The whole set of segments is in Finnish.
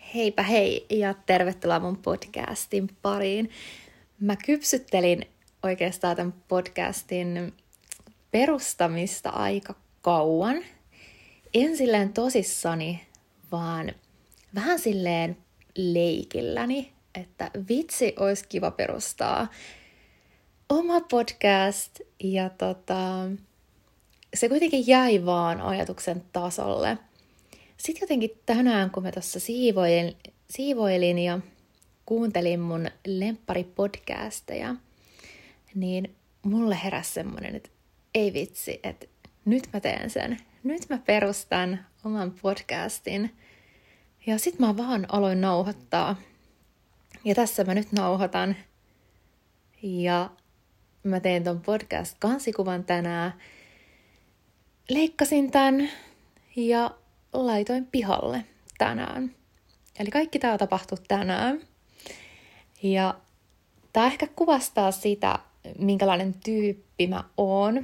Heipä hei ja tervetuloa mun podcastin pariin. Mä kypsyttelin oikeastaan tämän podcastin perustamista aika kauan. En silleen tosissani, vaan vähän silleen leikilläni, että vitsi olisi kiva perustaa oma podcast. Ja se kuitenkin jäi vaan ajatuksen tasolle. Sitten jotenkin tänään, kun mä tuossa siivoilin ja kuuntelin mun lempparipodcasteja, niin mulle heräsi semmoinen, että ei vitsi, että nyt mä teen sen. Nyt mä perustan oman podcastin. Ja sit mä vaan aloin nauhoittaa. Ja tässä mä nyt nauhoitan. Ja mä tein ton podcast-kansikuvan tänään. Leikkasin tän ja laitoin pihalle tänään. Eli kaikki tää tapahtui tänään. Ja tää ehkä kuvastaa sitä, minkälainen tyyppi mä oon.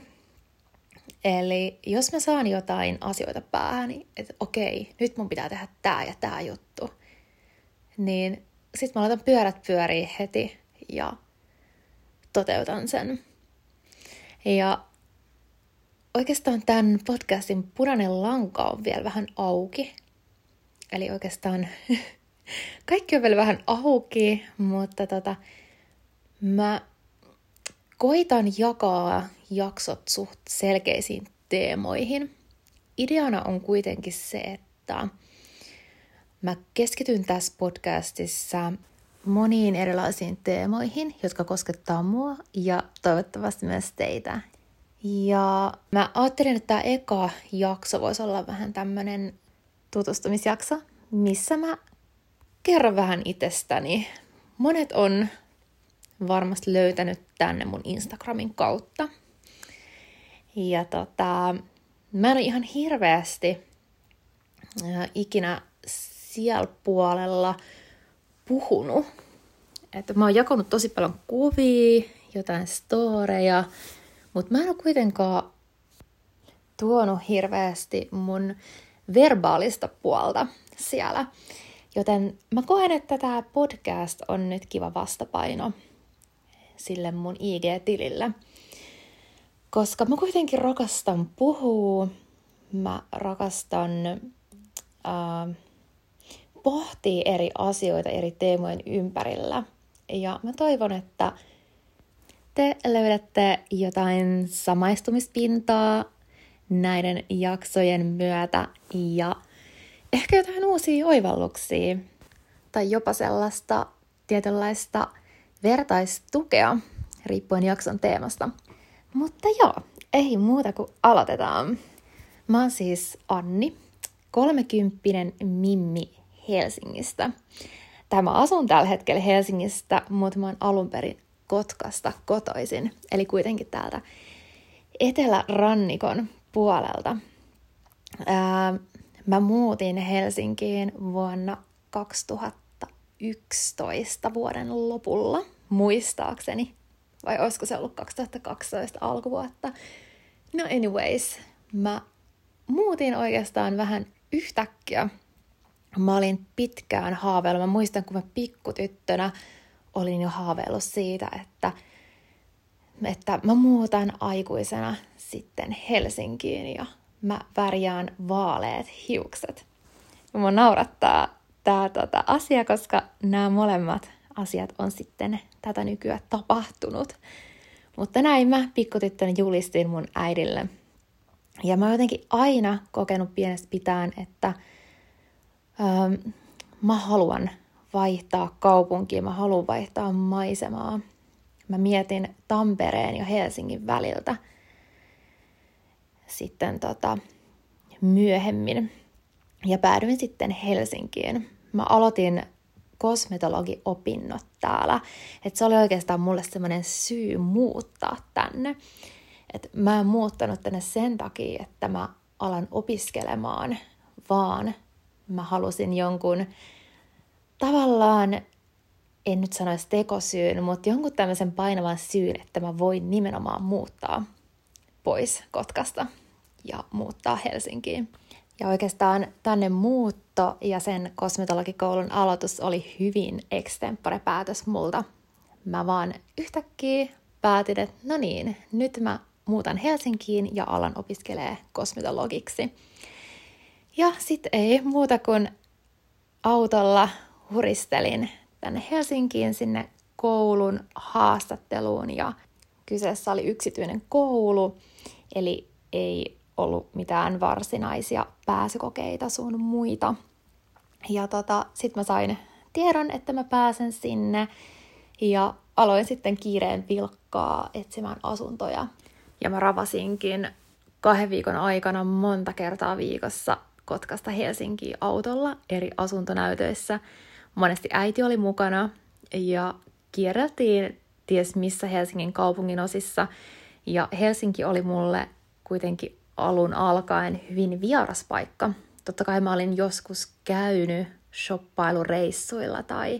Eli jos mä saan jotain asioita päähän, niin että okei, nyt mun pitää tehdä tää ja tää juttu. Niin sit mä laitan pyörät pyöriin heti ja toteutan sen. Ja oikeastaan tämän podcastin punainen lanka on vielä vähän auki. Eli oikeastaan kaikki on vielä vähän auki, mutta mä koitan jakaa jaksot suht selkeisiin teemoihin. Ideana on kuitenkin se, että mä keskityn tässä podcastissa moniin erilaisiin teemoihin, jotka koskettaa mua ja toivottavasti myös teitä. Ja mä ajattelin, että tämä eka jakso voisi olla vähän tämmönen tutustumisjakso, missä mä kerron vähän itsestäni. Monet on varmasti löytänyt tänne mun Instagramin kautta. Ja mä en ole ihan hirveästi ikinä siellä puolella puhunut. Että mä oon jakanut tosi paljon kuvia, jotain storeja, mutta mä en ole kuitenkaan tuonut hirveästi mun verbaalista puolta siellä. Joten mä koen, että tää podcast on nyt kiva vastapaino sille mun IG-tilille. Koska mä kuitenkin rakastan puhua, mä rakastan pohtia eri asioita eri teemojen ympärillä. Ja mä toivon, että te löydätte jotain samaistumispintaa näiden jaksojen myötä ja ehkä jotain uusia oivalluksia tai jopa sellaista tietynlaista vertaistukea riippuen jakson teemasta. Mutta joo, ei muuta kuin aloitetaan. Mä oon siis Anni, 30 mimmi Helsingistä. Mä asun tällä hetkellä Helsingistä, mutta mä oon alun perin Kotkasta kotoisin, eli kuitenkin täältä etelärannikon puolelta. Mä muutin Helsinkiin vuonna 2011 vuoden lopulla, muistaakseni. Vai olisiko se ollut 2012 alkuvuotta? No anyways, mä muutin oikeastaan vähän yhtäkkiä. Mä olin pitkään haaveillut. Mä muistan, kun mä pikkutyttönä olin jo haaveillut siitä, että mä muutan aikuisena sitten Helsinkiin ja mä värjään vaaleet hiukset. Mua naurattaa tää asia, koska nämä molemmat asiat on sitten tätä nykyään tapahtunut. Mutta näin mä pikkutyttönä julistin mun äidille. Ja mä oon jotenkin aina kokenut pienestä pitäen, että mä haluan vaihtaa kaupunkia, mä haluan vaihtaa maisemaa. Mä mietin Tampereen ja Helsingin väliltä sitten myöhemmin ja päädyin sitten Helsinkiin. Mä aloitin kosmetologiopinnot täällä, että se oli oikeastaan mulle semmoinen syy muuttaa tänne. Et mä en muuttanut tänne sen takia, että mä alan opiskelemaan, vaan mä halusin jonkun tavallaan, en nyt sanoisi tekosyyn, mutta jonkun tämmöisen painavan syyn, että mä voin nimenomaan muuttaa pois Kotkasta ja muuttaa Helsinkiin. Ja oikeastaan tänne muutto ja sen kosmetologikoulun aloitus oli hyvin extempore päätös multa. Mä vaan yhtäkkiä päätin, että no niin, nyt mä muutan Helsinkiin ja alan opiskelee kosmetologiksi. Ja sit ei muuta kuin autolla huristelin tänne Helsinkiin sinne koulun haastatteluun ja kyseessä oli yksityinen koulu, eli ei ollut mitään varsinaisia pääsykokeita sun muita. Ja sit mä sain tiedon, että mä pääsen sinne ja aloin sitten kiireen vilkkaa etsimään asuntoja. Ja mä ravasinkin 2 viikon aikana monta kertaa viikossa Kotkasta Helsinkiin autolla eri asuntonäytöissä. Monesti äiti oli mukana ja kierreltiin ties missä Helsingin kaupungin osissa. Ja Helsinki oli mulle kuitenkin alun alkaen hyvin vieras paikka. Totta kai mä olin joskus käynyt shoppailureissuilla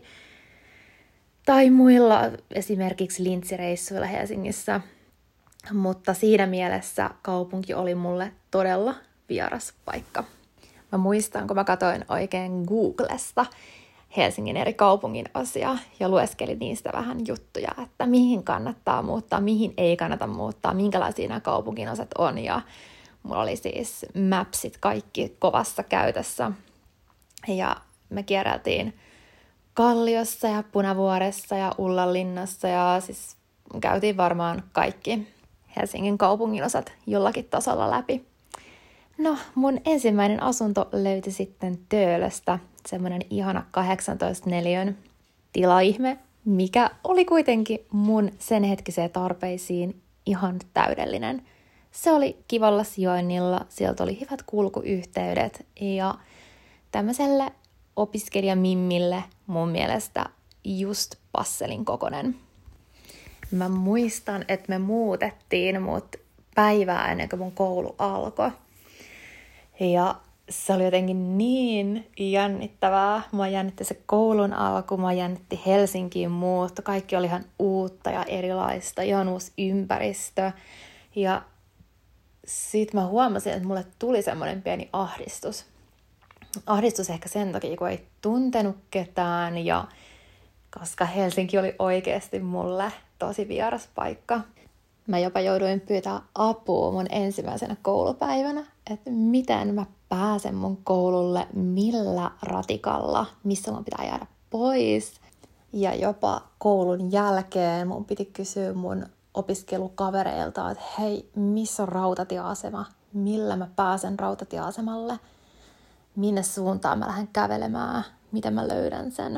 tai muilla esimerkiksi lintsireissuilla Helsingissä. Mutta siinä mielessä kaupunki oli mulle todella vieras paikka. Mä muistan, kun mä katsoin oikein Googlesta Helsingin eri kaupungin osia ja lueskelin niistä vähän juttuja, että mihin kannattaa muuttaa, mihin ei kannata muuttaa, minkälaisia nämä kaupungin osat on. Ja mulla oli siis mapsit kaikki kovassa käytössä. Ja me kierreltiin Kalliossa ja Punavuoressa ja Ullanlinnassa ja siis käytiin varmaan kaikki Helsingin kaupungin osat jollakin tasolla läpi. No, mun ensimmäinen asunto löytyi sitten Töölöstä, semmoinen ihana 18 neliön tilaihme, mikä oli kuitenkin mun sen hetkiseen tarpeisiin ihan täydellinen. Se oli kivalla sijoinnilla, sieltä oli hyvät kulkuyhteydet ja tämmöiselle opiskelijamimmille mun mielestä just passelin kokonen. Mä muistan, että me muutettiin mut päivää ennen kuin mun koulu alkoi. Ja se oli jotenkin niin jännittävää. Mua jännitti se koulun alku, mua jännitti Helsinkiin muutto. Kaikki oli ihan uutta ja erilaista, ihan uusi ympäristö. Ja sit mä huomasin, että mulle tuli semmoinen pieni ahdistus. Ahdistus ehkä sen takia, kun ei tuntenut ketään ja koska Helsinki oli oikeasti mulle tosi vieras paikka. Mä jopa jouduin pyytää apua mun ensimmäisenä koulupäivänä, että miten mä pääsen mun koululle, millä ratikalla, missä mun pitää jäädä pois. Ja jopa koulun jälkeen mun piti kysyä mun opiskelukavereilta, että hei, missä on rautatieasema, millä mä pääsen rautatieasemalle, minne suuntaan mä lähden kävelemään, miten mä löydän sen.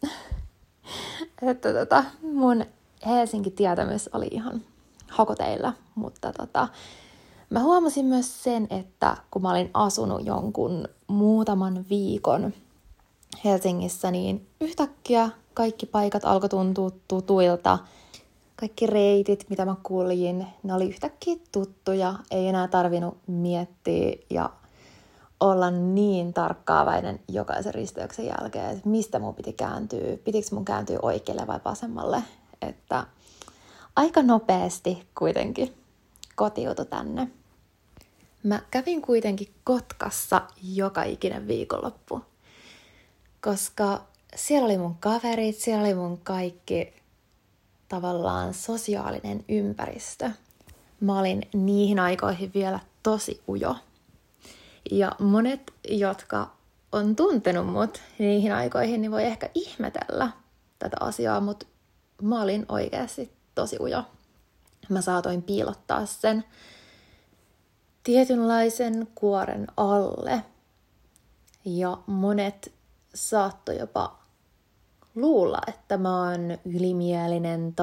Että mun Helsinki-tietämys oli ihan hakoteilla, mutta mä huomasin myös sen, että kun mä olin asunut jonkun muutaman viikon Helsingissä, niin yhtäkkiä kaikki paikat alkoi tuntua tutuilta. Kaikki reitit, mitä mä kuljin, ne oli yhtäkkiä tuttuja, ei enää tarvinnut miettiä ja olla niin tarkkaavainen jokaisen risteyksen jälkeen, että mistä mun piti kääntyä, pitikö mun kääntyä oikealle vai vasemmalle, että aika nopeasti kuitenkin kotiutui tänne. Mä kävin kuitenkin Kotkassa joka ikinen viikonloppu, koska siellä oli mun kaverit, siellä oli mun kaikki tavallaan sosiaalinen ympäristö. Mä olin niihin aikoihin vielä tosi ujo. Ja monet, jotka on tuntenut mut niihin aikoihin, niin voi ehkä ihmetellä tätä asiaa, mutta mä olin oikeasti tosi ujo. Mä saatoin piilottaa sen tietynlaisen kuoren alle. Ja monet saattoi jopa luulla, että mä oon ylimielinen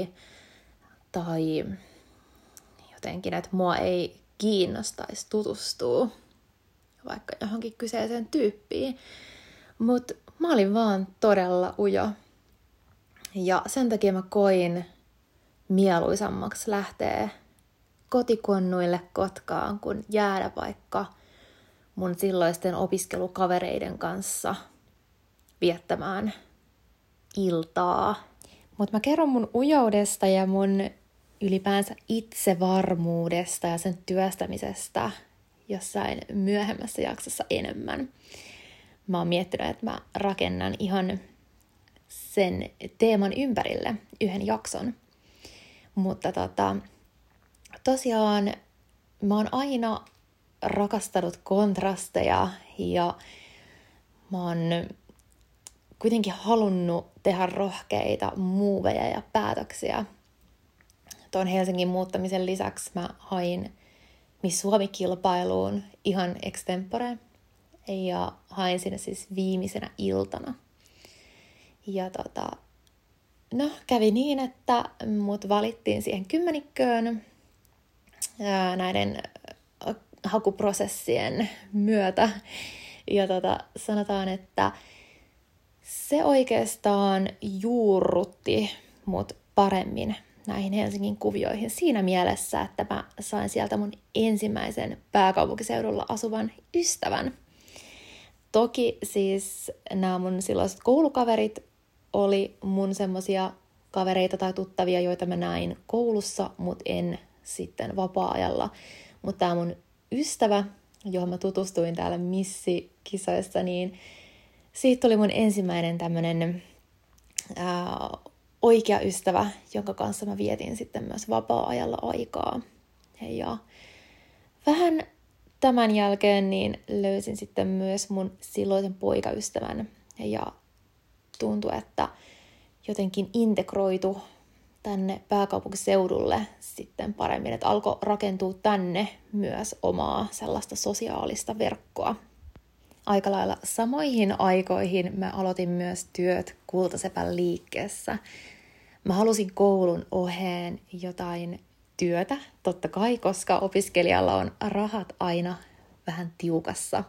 tai jotenkin, että mua ei kiinnostaisi tutustua vaikka johonkin kyseiseen tyyppiin. Mutta mä olin vaan todella ujo. Ja sen takia mä koin mieluisammaksi lähteä kotikonnuille Kotkaan, kun jäädä vaikka mun silloisten opiskelukavereiden kanssa viettämään iltaa. Mutta mä kerron mun ujoudesta ja mun ylipäänsä itsevarmuudesta ja sen työstämisestä jossain myöhemmässä jaksossa enemmän. Mä oon miettinyt, että mä rakennan ihan sen teeman ympärille yhden jakson. Mutta tosiaan mä oon aina rakastanut kontrasteja ja mä oon kuitenkin halunnut tehdä rohkeita moveja ja päätöksiä. Tuon Helsingin muuttamisen lisäksi mä hain Miss Suomi-kilpailuun ihan extempore ja hain sinne siis viimeisenä iltana. Ja kävi niin, että mut valittiin siihen kymmenikköön näiden hakuprosessien myötä. Ja sanotaan, että se oikeastaan juurrutti mut paremmin näihin Helsingin kuvioihin siinä mielessä, että mä sain sieltä mun ensimmäisen pääkaupunkiseudulla asuvan ystävän. Toki siis nämä mun silloiset koulukaverit oli mun semmosia kavereita tai tuttavia, joita mä näin koulussa, mutta en sitten vapaa-ajalla. Mutta tämä mun ystävä, johon mä tutustuin täällä missikisoissa, niin siitä tuli mun ensimmäinen tämmönen oikea ystävä, jonka kanssa mä vietin sitten myös vapaa-ajalla aikaa. Ja vähän tämän jälkeen niin löysin sitten myös mun silloisen poikaystävän ja tuntui, että jotenkin integroitu tänne pääkaupunkiseudulle sitten paremmin, että alkoi rakentua tänne myös omaa sellaista sosiaalista verkkoa. Aika lailla samoihin aikoihin mä aloitin myös työt Kultasepän liikkeessä. Mä halusin koulun oheen jotain työtä, totta kai, koska opiskelijalla on rahat aina vähän tiukassa.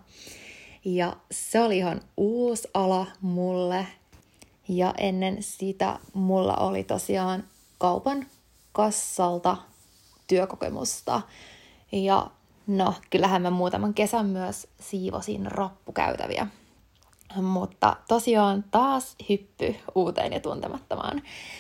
Ja se oli ihan uusi ala mulle. Ja ennen sitä mulla oli tosiaan kaupan kassalta työkokemusta. Ja kyllähän mä muutaman kesän myös siivosin rappukäytäviä. Mutta tosiaan taas hyppy uuteen ja tuntemattomaan.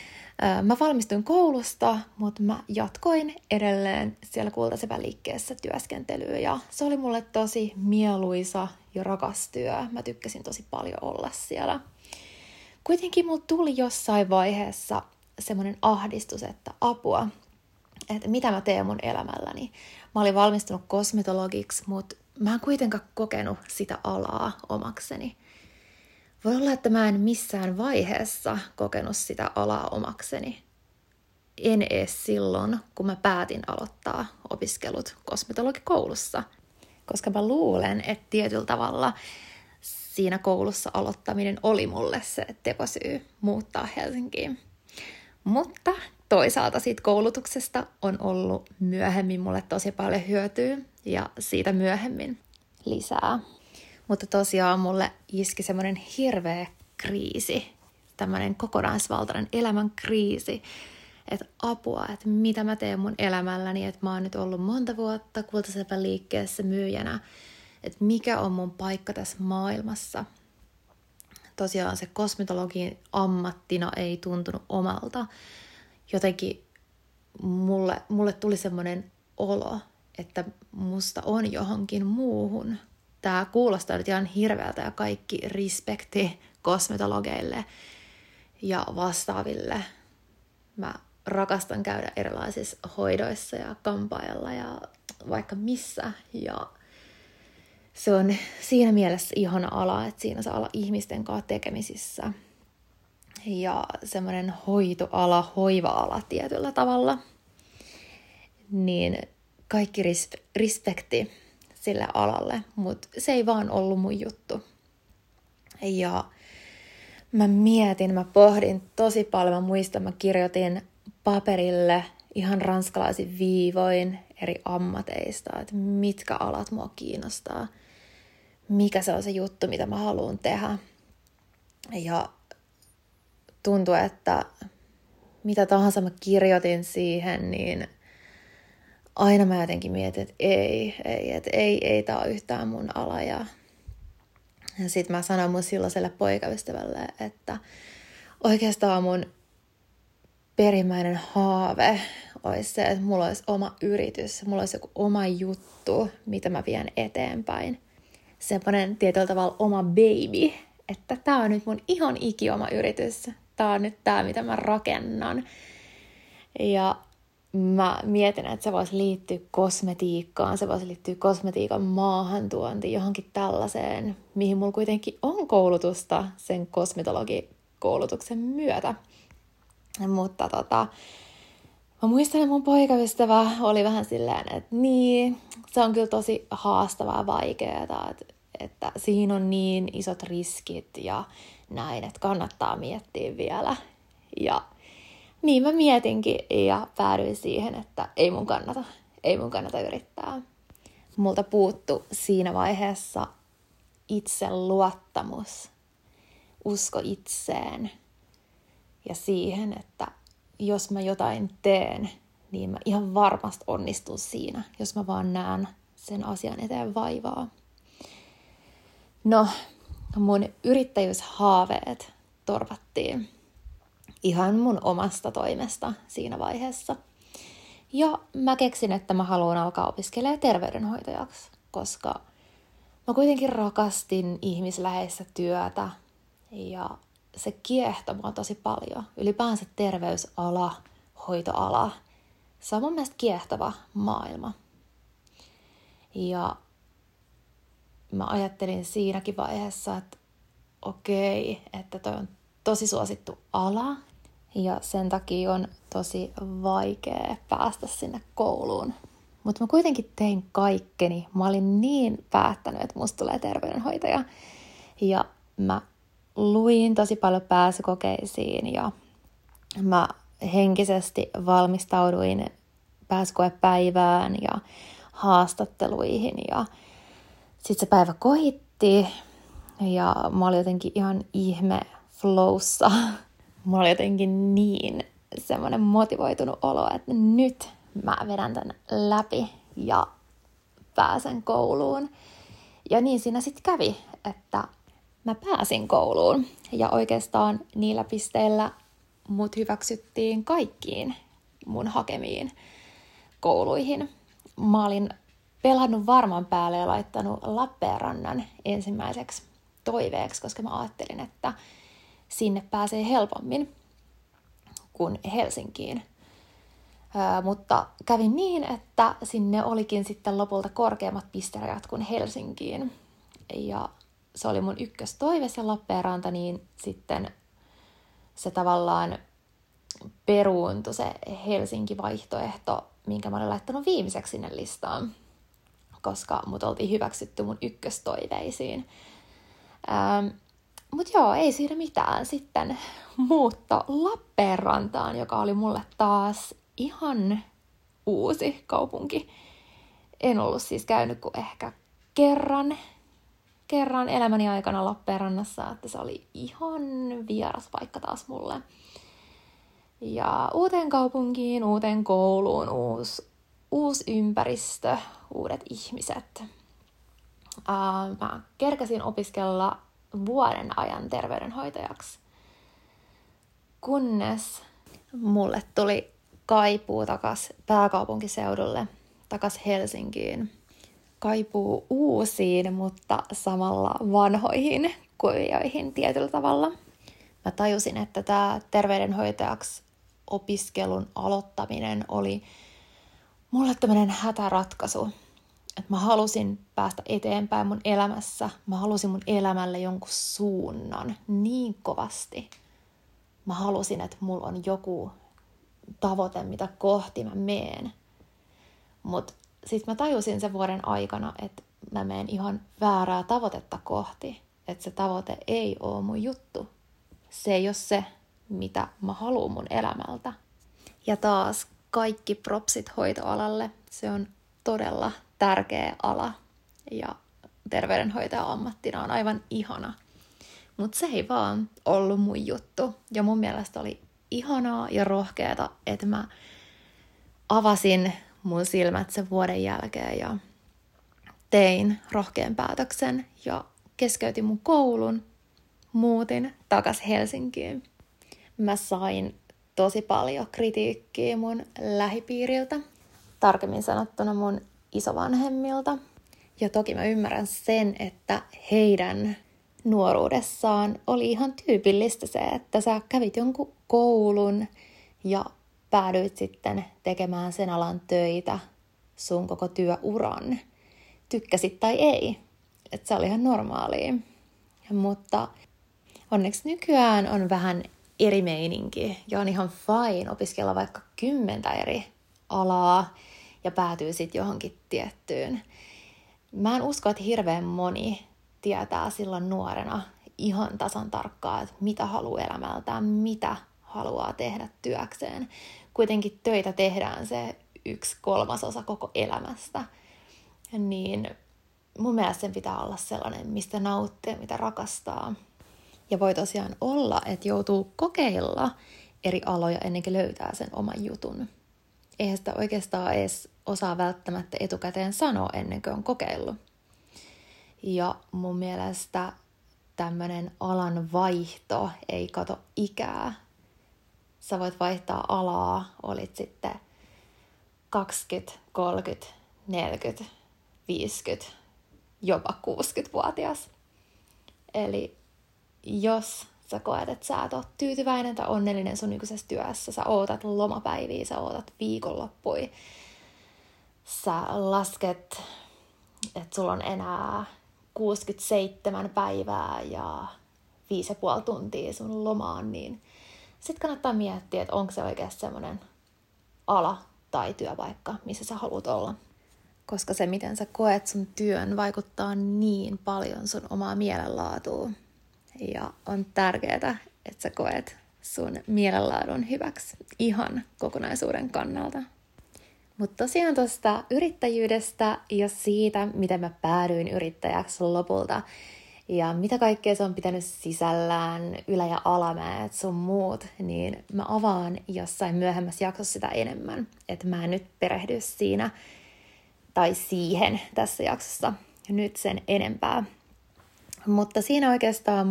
Mä valmistuin koulusta, mutta mä jatkoin edelleen siellä Kultasepän liikkeessä työskentelyä. Ja se oli mulle tosi mieluisa ja rakas työ. Mä tykkäsin tosi paljon olla siellä. Kuitenkin mulla tuli jossain vaiheessa semmoinen ahdistus, että apua, että mitä mä teen mun elämälläni. Mä olin valmistunut kosmetologiksi, mutta mä en kuitenkaan kokenut sitä alaa omakseni. Voi olla, että mä en missään vaiheessa kokenut sitä alaa omakseni. En edes silloin, kun mä päätin aloittaa opiskelut kosmetologikoulussa. Koska mä luulen, että tietyllä tavalla siinä koulussa aloittaminen oli mulle se tekosyy muuttaa Helsinkiin. Mutta toisaalta siitä koulutuksesta on ollut myöhemmin mulle tosi paljon hyötyä ja siitä myöhemmin lisää. Mutta tosiaan mulle iski semmoinen hirveä kriisi, tämmöinen kokonaisvaltainen elämän kriisi, että apua, että mitä mä teen mun elämälläni, että mä oon nyt ollut monta vuotta Kultasepän liikkeessä myyjänä, että mikä on mun paikka tässä maailmassa. Tosiaan se kosmetologin ammattina ei tuntunut omalta. Jotenkin mulle tuli semmoinen olo, että musta on johonkin muuhun. Tää kuulostaa nyt ihan hirveältä ja kaikki respekti kosmetologeille ja vastaaville. Mä rakastan käydä erilaisissa hoidoissa ja kampaajalla ja vaikka missä. Ja se on siinä mielessä ihana ala, että siinä saa olla ihmisten kanssa tekemisissä. Ja semmoinen hoitoala, hoiva-ala tietyllä tavalla. Niin kaikki respekti sille alalle, mutta se ei vaan ollut mun juttu. Ja mä pohdin tosi paljon, mä muistan, mä kirjoitin paperille ihan ranskalaisin viivoin eri ammateista, että mitkä alat mua kiinnostaa, mikä se on se juttu, mitä mä haluan tehdä. Ja tuntui, että mitä tahansa mä kirjoitin siihen, niin aina mä jotenkin mietin, että ei tää ole yhtään mun ala. Ja sit mä sanoin mun silloiselle poikaystävälle, että oikeastaan mun perimmäinen haave olisi se, että mulla olisi oma yritys, mulla olisi joku oma juttu, mitä mä vien eteenpäin. Semmoinen tietyllä tavalla oma baby, että tää on nyt mun ihan ikioma yritys. Tää on nyt tää, mitä mä rakennan. Ja mä mietin, että se voisi liittyä kosmetiikkaan, se voisi liittyä kosmetiikan maahantuontiin, johonkin tällaiseen, mihin mulla kuitenkin on koulutusta sen kosmetologikoulutuksen myötä. Mutta mä muistan, että mun poikaystävä oli vähän silleen, että niin, se on kyllä tosi haastavaa ja vaikeaa, että siinä on niin isot riskit ja näin, että kannattaa miettiä vielä. Ja niin mä mietinkin ja päädyin siihen, että ei mun kannata yrittää. Multa puuttu siinä vaiheessa itseluottamus, usko itseen ja siihen, että jos mä jotain teen, niin mä ihan varmasti onnistun siinä, jos mä vaan näen sen asian eteen vaivaa. No, mun yrittäjyyshaaveet torpattiin ihan mun omasta toimesta siinä vaiheessa. Ja mä keksin, että mä haluan alkaa opiskelemaan terveydenhoitajaksi, koska mä kuitenkin rakastin ihmisläheistä työtä ja se kiehtoi mua tosi paljon. Ylipäänsä terveysala, hoitoala, se on mun mielestä kiehtova maailma. Ja mä ajattelin siinäkin vaiheessa, että okei, että toi on tosi suosittu ala ja sen takia on tosi vaikea päästä sinne kouluun. Mutta mä kuitenkin tein kaikkeni. Mä olin niin päättänyt, että musta tulee terveydenhoitaja. Ja mä luin tosi paljon pääsykokeisiin ja mä henkisesti valmistauduin pääsykoepäivään ja haastatteluihin. Ja sitten se päivä koitti ja mä olin jotenkin ihan ihme flowssa. Mulla oli jotenkin niin semmoinen motivoitunut olo, että nyt mä vedän tän läpi ja pääsen kouluun. Ja niin siinä sitten kävi, että mä pääsin kouluun. Ja oikeastaan niillä pisteillä mut hyväksyttiin kaikkiin mun hakemiin kouluihin. Mä olin pelannut varman päälle ja laittanut Lappeenrannan ensimmäiseksi toiveeksi, koska mä ajattelin, että sinne pääsee helpommin kuin Helsinkiin. Mutta kävi niin, että sinne olikin sitten lopulta korkeammat pisterajat kuin Helsinkiin. Ja se oli mun ykköstoive se Lappeenranta, niin sitten se tavallaan peruuntui se Helsinki-vaihtoehto, minkä mä olin laittanut viimeiseksi sinne listaan, koska mut oltiin hyväksytty mun ykköstoiveisiin. Mutta joo, ei siinä mitään. Sitten muutto Lappeenrantaan, joka oli mulle taas ihan uusi kaupunki. En ollut siis käynyt kuin ehkä kerran elämäni aikana Lappeenrannassa, että se oli ihan vieras paikka taas mulle. Ja uuteen kaupunkiin, uuteen kouluun, uusi ympäristö, uudet ihmiset. Mä kerkäsin opiskella vuoden ajan terveydenhoitajaksi, kunnes mulle tuli kaipuu takas pääkaupunkiseudulle, takas Helsinkiin. Kaipuu uusiin, mutta samalla vanhoihin kuvioihin tietyllä tavalla. Mä tajusin, että tämä terveydenhoitajaksi opiskelun aloittaminen oli mulle tämmöinen hätäratkaisu. Että mä halusin päästä eteenpäin mun elämässä. Mä halusin mun elämälle jonkun suunnan niin kovasti. Mä halusin, että mulla on joku tavoite, mitä kohti mä meen. Mut sit mä tajusin sen vuoden aikana, että mä menen ihan väärää tavoitetta kohti. Että se tavoite ei oo mun juttu. Se ei ole se, mitä mä haluun mun elämältä. Ja taas kaikki propsit hoitoalalle. Se on todella tärkeä ala ja terveydenhoitaja ammattina on aivan ihana. Mutta se ei vaan ollut mun juttu. Ja mun mielestä oli ihanaa ja rohkeata, että mä avasin mun silmät sen vuoden jälkeen ja tein rohkean päätöksen ja keskeytin mun koulun, muutin takas Helsinkiin. Mä sain tosi paljon kritiikkiä mun lähipiiriltä, tarkemmin sanottuna mun isovanhemmilta. Ja toki mä ymmärrän sen, että heidän nuoruudessaan oli ihan tyypillistä se, että sä kävit jonkun koulun ja päädyit sitten tekemään sen alan töitä sun koko työuran. Tykkäsit tai ei. Että se oli ihan normaalia. Mutta onneksi nykyään on vähän eri meininki ja on ihan fine opiskella vaikka 10 eri alaa ja päätyy sitten johonkin tiettyyn. Mä en usko, että hirveän moni tietää silloin nuorena ihan tasan tarkkaan, että mitä haluaa elämältään, mitä haluaa tehdä työkseen. Kuitenkin töitä tehdään se 1/3 koko elämästä. Niin mun mielestä sen pitää olla sellainen, mistä nauttii, mitä rakastaa. Ja voi tosiaan olla, että joutuu kokeilla eri aloja ennen kuin löytää sen oman jutun. Eihän sitä oikeastaan edes osaa välttämättä etukäteen sanoa ennen kuin on kokeillut. Ja mun mielestä tämmöinen alan vaihto ei kato ikää. Sä voit vaihtaa alaa, olit sitten 20, 30, 40, 50, jopa 60-vuotias. Eli jos sä koet, että sä et ole tyytyväinen tai onnellinen sun nykyisessä työssä, sä ootat lomapäiviä, sä ootat viikonloppuja, sä lasket, että sulla on enää 67 päivää ja 5,5 tuntia sun lomaan, niin sit kannattaa miettiä, että onko se oikeasti semmoinen ala tai työpaikka, missä sä haluat olla. Koska se, miten sä koet sun työn, vaikuttaa niin paljon sun omaa mielenlaatuun. Ja on tärkeää, että sä koet sun mielenlaadun hyväksi ihan kokonaisuuden kannalta. Mutta tosiaan tuosta yrittäjyydestä ja siitä, miten mä päädyin yrittäjäksi lopulta ja mitä kaikkea se on pitänyt sisällään, ylä- ja alamäet sun muut, niin mä avaan jossain myöhemmässä jaksossa sitä enemmän. Että mä en nyt perehdy siinä tai siihen tässä jaksossa nyt sen enempää. Mutta siinä oikeastaan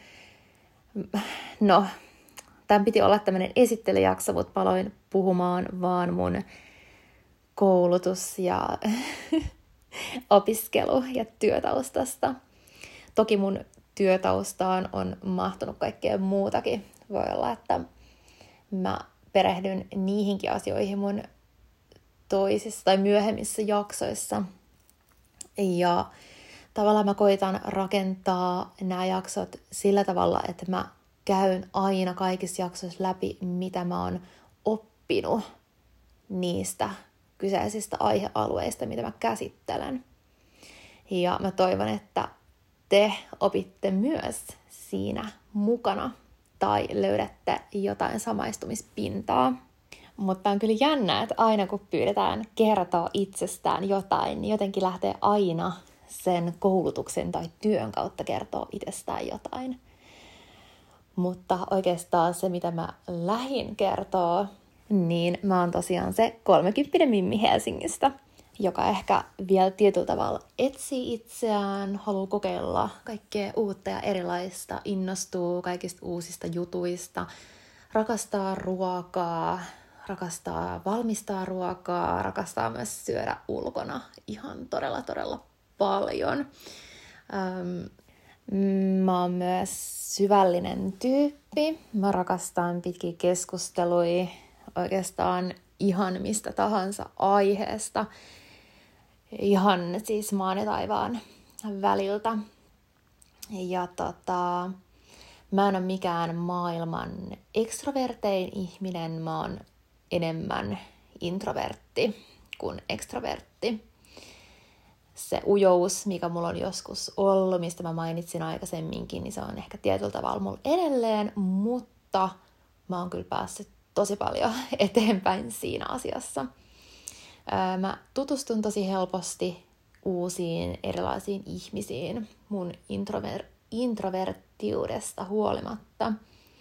tämän piti olla tämmöinen esittelyjakso, mutta mä aloin puhumaan vaan mun koulutus- ja opiskelu- ja työtaustasta. Toki mun työtaustaan on mahtunut kaikkea muutakin. Voi olla, että mä perehdyn niihinkin asioihin mun toisissa tai myöhemmissä jaksoissa. Ja tavallaan mä koitan rakentaa nämä jaksot sillä tavalla, että mä käyn aina kaikissa jaksoissa läpi, mitä mä oon oppinut niistä kyseisistä aihealueista, mitä mä käsittelen. Ja mä toivon, että te opitte myös siinä mukana tai löydätte jotain samaistumispintaa. Mutta on kyllä jännä, että aina kun pyydetään kertoa itsestään jotain, niin jotenkin lähtee aina sen koulutuksen tai työn kautta kertoa itsestään jotain. Mutta oikeastaan se, mitä mä lähin kertoo, niin mä oon tosiaan se 30 mimmi Helsingistä, joka ehkä vielä tietyllä tavalla etsii itseään, haluaa kokeilla kaikkea uutta ja erilaista, innostuu kaikista uusista jutuista, rakastaa ruokaa, rakastaa valmistaa ruokaa, rakastaa myös syödä ulkona ihan todella, todella paljon. Mä oon myös syvällinen tyyppi. Mä rakastan pitkiä keskusteluja oikeastaan ihan mistä tahansa aiheesta. Ihan siis maan ja taivaan väliltä. Ja mä en ole mikään maailman ekstrovertein ihminen. Mä oon enemmän introvertti kuin ekstrovertti. Se ujous, mikä mulla on joskus ollut, mistä mä mainitsin aikaisemminkin, niin se on ehkä tietyllä tavalla mulla edelleen, mutta mä oon kyllä päässyt tosi paljon eteenpäin siinä asiassa. Mä tutustun tosi helposti uusiin erilaisiin ihmisiin mun introverttiudesta huolimatta.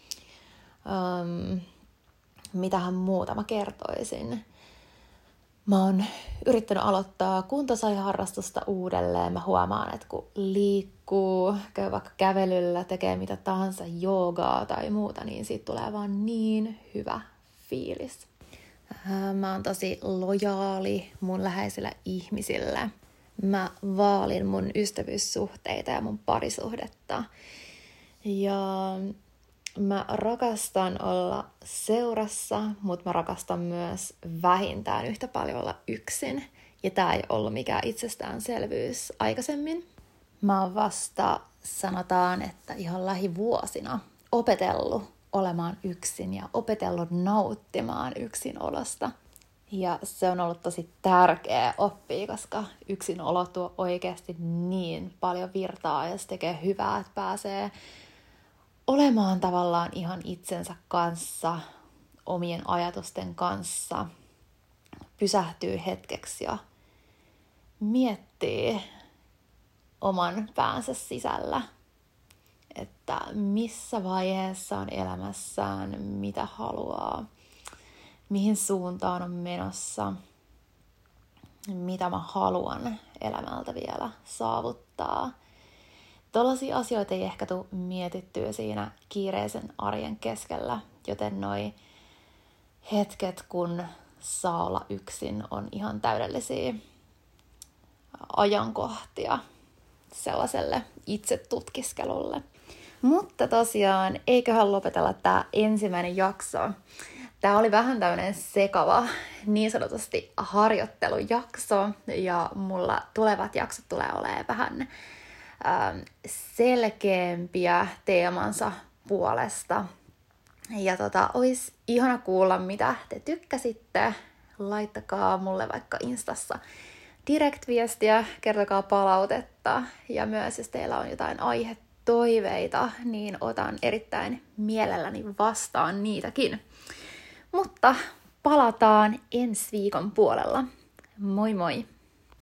Mitähän muuta mä kertoisin? Mä oon yrittänyt aloittaa kuntosaliharrastusta uudelleen. Mä huomaan, että kun liikkuu, käy vaikka kävelyllä, tekee mitä tahansa, joogaa tai muuta, niin siitä tulee vaan niin hyvä fiilis. Mä oon tosi lojaali mun läheisillä ihmisillä. Mä vaalin mun ystävyyssuhteita ja mun parisuhdetta. Ja mä rakastan olla seurassa, mutta mä rakastan myös vähintään yhtä paljon olla yksin. Ja tää ei ollut mikään itsestäänselvyys aikaisemmin. Mä oon vasta, sanotaan, että ihan lähivuosina opetellut olemaan yksin ja opetellut nauttimaan yksinolosta. Ja se on ollut tosi tärkeä oppia, koska yksinolo tuo oikeasti niin paljon virtaa ja se tekee hyvää, että pääsee olemaan tavallaan ihan itsensä kanssa, omien ajatusten kanssa, pysähtyy hetkeksi ja miettii oman päänsä sisällä, että missä vaiheessa on elämässään, mitä haluaa, mihin suuntaan on menossa, mitä mä haluan elämältä vielä saavuttaa. Tuollaisia asioita ei ehkä tule mietittyä siinä kiireisen arjen keskellä, joten noi hetket, kun saa olla yksin, on ihan täydellisiä ajankohtia sellaiselle itsetutkiskelulle. Mutta tosiaan, eiköhän lopetella tämä ensimmäinen jakso. Tämä oli vähän tämmöinen sekava, niin sanotusti harjoittelujakso, ja mulla tulevat jaksot tulee olemaan vähän selkeämpiä teemansa puolesta. Ja olisi ihana kuulla, mitä te tykkäsitte. Laittakaa mulle vaikka Instassa direct-viestiä, kertokaa palautetta. Ja myös jos teillä on jotain aihetoiveita, niin otan erittäin mielelläni vastaan niitäkin. Mutta palataan ensi viikon puolella. Moi moi!